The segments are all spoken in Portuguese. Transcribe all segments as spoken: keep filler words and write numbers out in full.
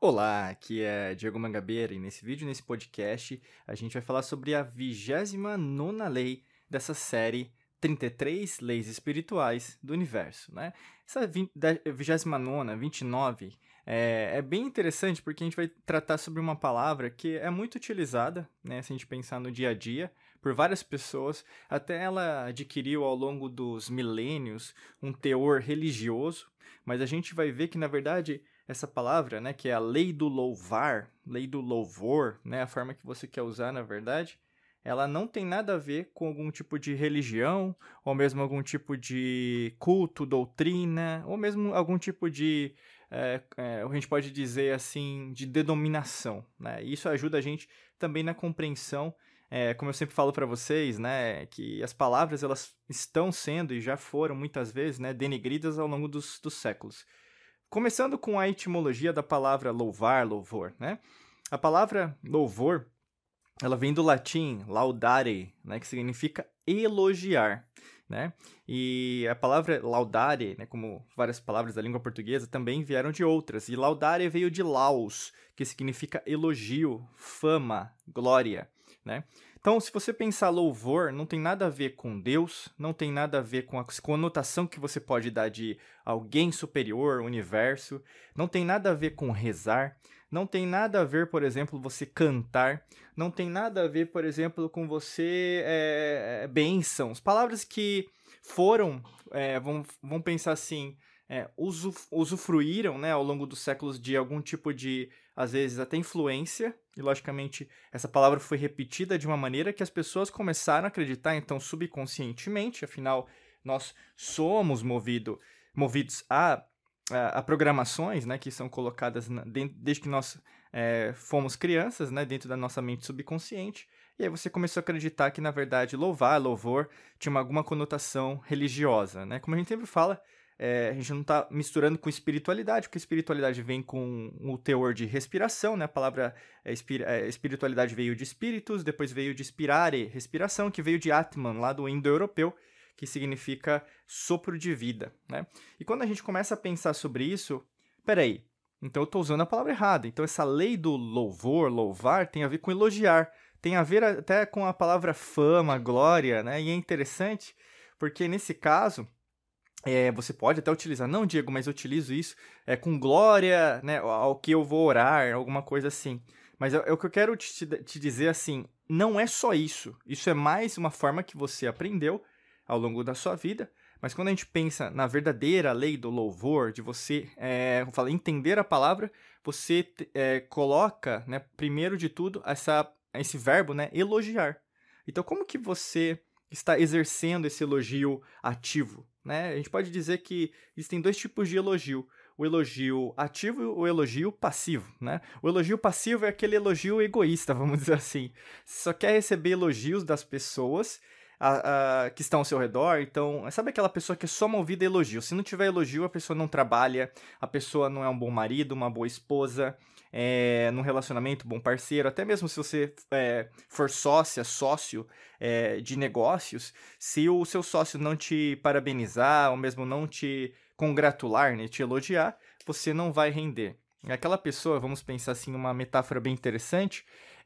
Olá, aqui é Diego Mangabeira e nesse vídeo, nesse podcast, a gente vai falar sobre a vigésima nona lei dessa série trinta e três Leis Espirituais do Universo, né? Essa vigésima nona, vinte e nove, é, é bem interessante porque a gente vai tratar sobre uma palavra que é muito utilizada, né, se a gente pensar no dia a dia, por várias pessoas, até ela adquiriu ao longo dos milênios um teor religioso, mas a gente vai ver que, na verdade, essa palavra, né, que é a lei do louvar, lei do louvor, né, a forma que você quer usar, na verdade, ela não tem nada a ver com algum tipo de religião, ou mesmo algum tipo de culto, doutrina, ou mesmo algum tipo de, é, é, a gente pode dizer assim, de denominação, né? E isso ajuda a gente também na compreensão, é, como eu sempre falo para vocês, né, que as palavras elas estão sendo e já foram muitas vezes, né, denegridas ao longo dos, dos séculos. Começando com a etimologia da palavra louvar, louvor, né? A palavra louvor, ela vem do latim laudare, né, que significa elogiar, né? E a palavra laudare, né, como várias palavras da língua portuguesa, também vieram de outras. E laudare veio de laus, que significa elogio, fama, glória, né? Então, se você pensar louvor, não tem nada a ver com Deus, não tem nada a ver com a conotação que você pode dar de alguém superior, universo, não tem nada a ver com rezar, não tem nada a ver, por exemplo, você cantar, não tem nada a ver, por exemplo, com você é, bênçãos, palavras que foram, é, vamos, vamos pensar assim, é, usuf, usufruíram, né, ao longo dos séculos de algum tipo de, às vezes, até influência, e logicamente essa palavra foi repetida de uma maneira que as pessoas começaram a acreditar, então, subconscientemente, afinal, nós somos movido, movidos a, a, a programações, né, que são colocadas na, desde que nós é, fomos crianças, né, dentro da nossa mente subconsciente, e aí você começou a acreditar que, na verdade, louvar, louvor, tinha uma, alguma conotação religiosa, né? Como a gente sempre fala, é, a gente não está misturando com espiritualidade, porque espiritualidade vem com o teor de respiração, né? A palavra é, espir, é, espiritualidade veio de espíritos, depois veio de spirare, respiração, que veio de Atman, lá do indo-europeu, que significa sopro de vida, né? E quando a gente começa a pensar sobre isso, peraí, então eu estou usando a palavra errada. Então essa lei do louvor, louvar, tem a ver com elogiar, tem a ver até com a palavra fama, glória, né? E é interessante, porque nesse caso, é, você pode até utilizar, não, Diego, mas eu utilizo isso é, com glória, né, ao que eu vou orar, alguma coisa assim. Mas é, é o que eu quero te, te dizer assim, não é só isso. Isso é mais uma forma que você aprendeu ao longo da sua vida, mas quando a gente pensa na verdadeira lei do louvor, de você é, eu falo, entender a palavra, você é, coloca, né, primeiro de tudo, essa, esse verbo, né, elogiar. Então, como que você está exercendo esse elogio ativo? Né? A gente pode dizer que existem dois tipos de elogio. O elogio ativo e o elogio passivo, né? O elogio passivo é aquele elogio egoísta, vamos dizer assim. Você só quer receber elogios das pessoas a, a, que estão ao seu redor. Então, sabe aquela pessoa que é só movida a elogio? Se não tiver elogio, a pessoa não trabalha, a pessoa não é um bom marido, uma boa esposa, é, num relacionamento, bom parceiro, até mesmo se você é, for sócia, sócio é, de negócios, se o seu sócio não te parabenizar, ou mesmo não te congratular, né, te elogiar, você não vai render. Aquela pessoa, vamos pensar assim, uma metáfora bem interessante,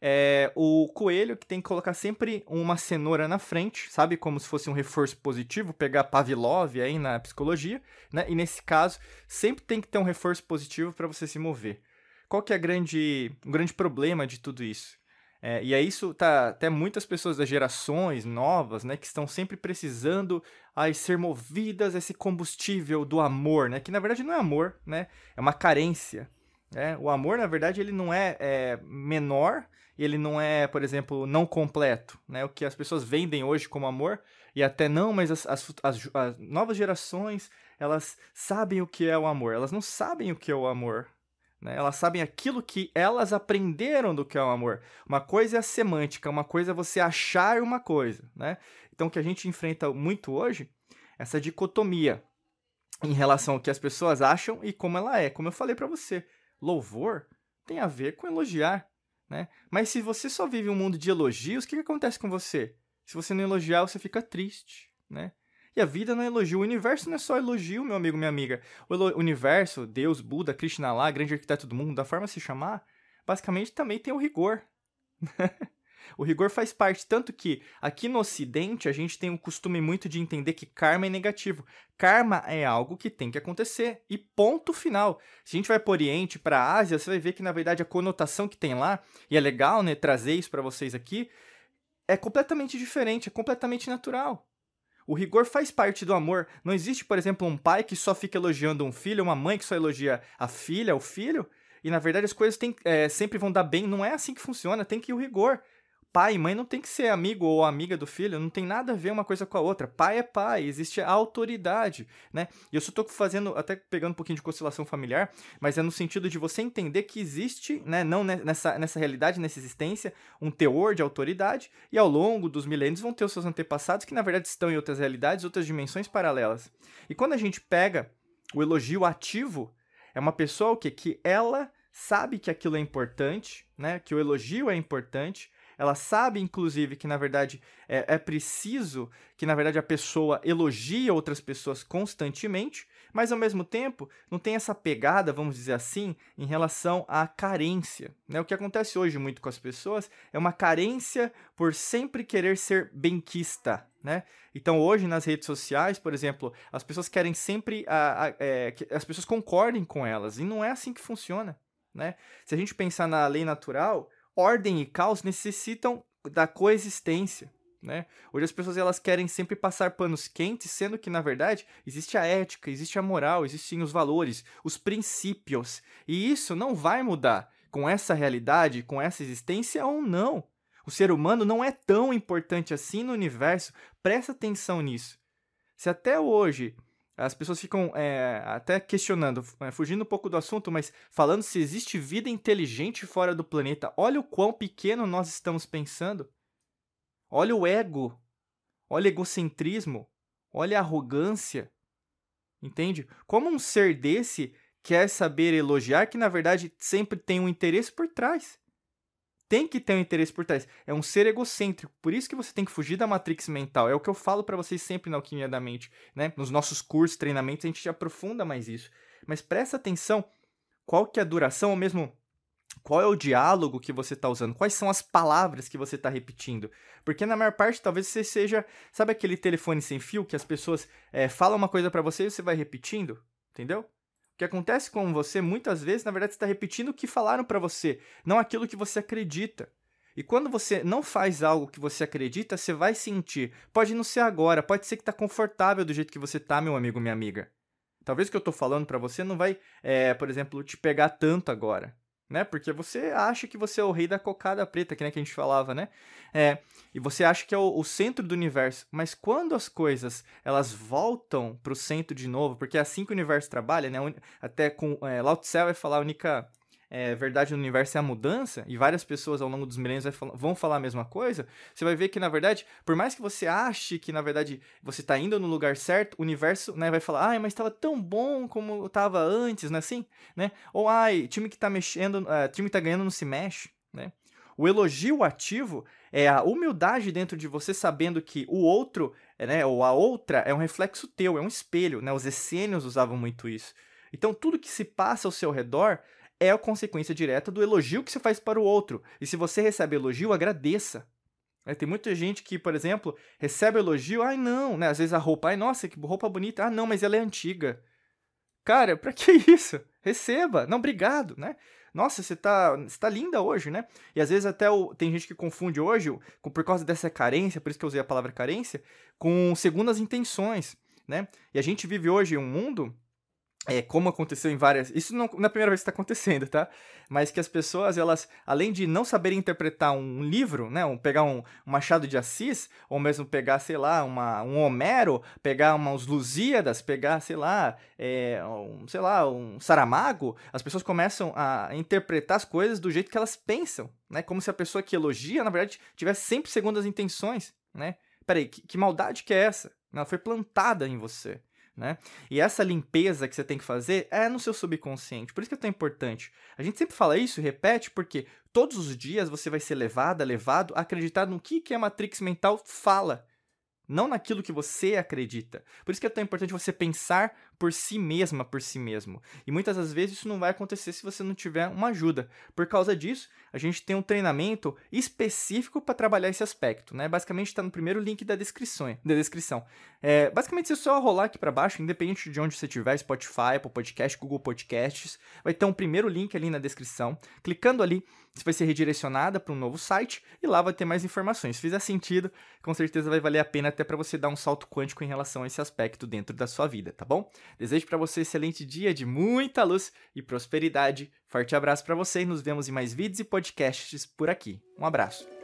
é o coelho que tem que colocar sempre uma cenoura na frente, sabe? Como se fosse um reforço positivo, pegar Pavlov aí na psicologia, né? E nesse caso, sempre tem que ter um reforço positivo para você se mover. Qual que é a grande, o grande problema de tudo isso? É, e é isso, tá, até muitas pessoas das gerações novas, né, que estão sempre precisando ai, ser movidas a esse combustível do amor, né, que na verdade não é amor, né, é uma carência. Né? O amor, na verdade, ele não é, é menor, ele não é, por exemplo, não completo, né, o que as pessoas vendem hoje como amor, e até não, mas as, as, as, as novas gerações, elas sabem o que é o amor, elas não sabem o que é o amor. Né? Elas sabem aquilo que elas aprenderam do que é o amor. Uma coisa é a semântica, uma coisa é você achar uma coisa. Né? Então, o que a gente enfrenta muito hoje, essa dicotomia em relação ao que as pessoas acham e como ela é. Como eu falei para você, louvor tem a ver com elogiar. Né? Mas se você só vive um mundo de elogios, o que, que acontece com você? Se você não elogiar, você fica triste. Né? E a vida não é elogio. O universo não é só elogio, meu amigo, minha amiga. O elo- universo, Deus, Buda, Krishna lá, grande arquiteto do mundo, da forma de se chamar, basicamente também tem o rigor. O rigor faz parte, tanto que aqui no Ocidente a gente tem um costume muito de entender que karma é negativo. Karma é algo que tem que acontecer, e ponto final. Se a gente vai para o Oriente, para a Ásia, você vai ver que na verdade a conotação que tem lá, e é legal, né, trazer isso para vocês aqui, é completamente diferente, é completamente natural. O rigor faz parte do amor. Não existe, por exemplo, um pai que só fica elogiando um filho, uma mãe que só elogia a filha, o filho, e na verdade as coisas têm, é, sempre vão dar bem. Não é assim que funciona, tem que ir o rigor. Pai e mãe não tem que ser amigo ou amiga do filho, não tem nada a ver uma coisa com a outra. Pai é pai, existe a autoridade, né? E eu só tô fazendo, até pegando um pouquinho de constelação familiar, mas é no sentido de você entender que existe, né, não nessa, nessa realidade, nessa existência, um teor de autoridade, e ao longo dos milênios vão ter os seus antepassados que na verdade estão em outras realidades, outras dimensões paralelas. E quando a gente pega o elogio ativo, é uma pessoa o quê? Que ela sabe que aquilo é importante, né? Que o elogio é importante. Ela sabe, inclusive, que, na verdade, é, é preciso que, na verdade, a pessoa elogie outras pessoas constantemente, mas, ao mesmo tempo, não tem essa pegada, vamos dizer assim, em relação à carência, né? O que acontece hoje muito com as pessoas é uma carência por sempre querer ser benquista, né? Então, hoje, nas redes sociais, por exemplo, as pessoas querem sempre a, a, é, que as pessoas concordem com elas, e não é assim que funciona, né? Se a gente pensar na lei natural, ordem e caos necessitam da coexistência, né? Hoje as pessoas elas querem sempre passar panos quentes, sendo que, na verdade, existe a ética, existe a moral, existem os valores, os princípios. E isso não vai mudar com essa realidade, com essa existência ou não. O ser humano não é tão importante assim no universo. Presta atenção nisso. Se até hoje as pessoas ficam é, até questionando, fugindo um pouco do assunto, mas falando se existe vida inteligente fora do planeta. Olha o quão pequeno nós estamos pensando. Olha o ego. Olha o egocentrismo. Olha a arrogância. Entende? Como um ser desse quer saber elogiar que, na verdade, sempre tem um interesse por trás. Tem que ter um interesse por trás. É um ser egocêntrico. Por isso que você tem que fugir da matrix mental. É o que eu falo para vocês sempre na Alquimia da Mente, né? Nos nossos cursos, treinamentos, a gente aprofunda mais isso. Mas presta atenção qual que é a duração, ou mesmo qual é o diálogo que você está usando. Quais são as palavras que você está repetindo. Porque na maior parte, talvez você seja... Sabe aquele telefone sem fio que as pessoas é, falam uma coisa para você e você vai repetindo? Entendeu? O que acontece com você, muitas vezes, na verdade, você está repetindo o que falaram para você, não aquilo que você acredita. E quando você não faz algo que você acredita, você vai sentir. Pode não ser agora, pode ser que está confortável do jeito que você está, meu amigo, minha amiga. Talvez o que eu estou falando para você não vai, é, por exemplo, te pegar tanto agora, né? Porque você acha que você é o rei da cocada preta, que, né, que a gente falava, né? É, e você acha que é o, o centro do universo. Mas quando as coisas elas voltam para o centro de novo, porque é assim que o universo trabalha, né? Até com é, Lao Tse vai falar a única é, verdade do universo é a mudança, e várias pessoas ao longo dos milênios vai falar, vão falar a mesma coisa. Você vai ver que, na verdade, por mais que você ache que, na verdade, você está indo no lugar certo, o universo, né, vai falar, ai, mas estava tão bom como estava antes, não é assim? Né? Ou, ai, time que está mexendo, uh, time que está ganhando não se mexe, né? O elogio ativo é a humildade dentro de você, sabendo que o outro, né, ou a outra, é um reflexo teu, é um espelho, né? Os essênios usavam muito isso. Então, tudo que se passa ao seu redor é a consequência direta do elogio que você faz para o outro. E se você recebe elogio, agradeça. É, tem muita gente que, por exemplo, recebe elogio, ai não, né? Às vezes a roupa, ai nossa, que roupa bonita, ah não, mas ela é antiga. Cara, pra que isso? Receba, não, obrigado, né? Nossa, você tá, você tá linda hoje, né? E às vezes até o, tem gente que confunde hoje, com, por causa dessa carência, por isso que eu usei a palavra carência, com segundas intenções, né? E a gente vive hoje em um mundo... É, como aconteceu em várias... Isso não, não é a primeira vez que está acontecendo, tá? Mas que as pessoas, elas, além de não saberem interpretar um livro, né? Um, pegar um, um Machado de Assis, ou mesmo pegar, sei lá, uma, um Homero, pegar umas Lusíadas, pegar, sei lá, é, um, sei lá, um Saramago, as pessoas começam a interpretar as coisas do jeito que elas pensam, né? Como se a pessoa que elogia, na verdade, tivesse sempre segundas intenções, né? Peraí, que, que maldade que é essa? Ela foi plantada em você. Né? E essa limpeza que você tem que fazer é no seu subconsciente. Por isso que é tão importante. A gente sempre fala isso e repete porque todos os dias você vai ser levada, levado a acreditar no que, que a Matrix mental fala. não naquilo que você acredita. Por isso que é tão importante você pensar por si mesma, por si mesmo. E muitas das vezes isso não vai acontecer se você não tiver uma ajuda. Por causa disso, a gente tem um treinamento específico para trabalhar esse aspecto, né? Basicamente está no primeiro link da descrição. Da descrição. É, basicamente, se você só rolar aqui para baixo, independente de onde você estiver, Spotify, Apple Podcast, Google Podcasts, vai ter um primeiro link ali na descrição. Clicando ali, você vai ser redirecionada para um novo site e lá vai ter mais informações. Se fizer sentido, com certeza vai valer a pena até para você dar um salto quântico em relação a esse aspecto dentro da sua vida, tá bom? Desejo para você um excelente dia de muita luz e prosperidade. Forte abraço para você e nos vemos em mais vídeos e podcasts por aqui. Um abraço.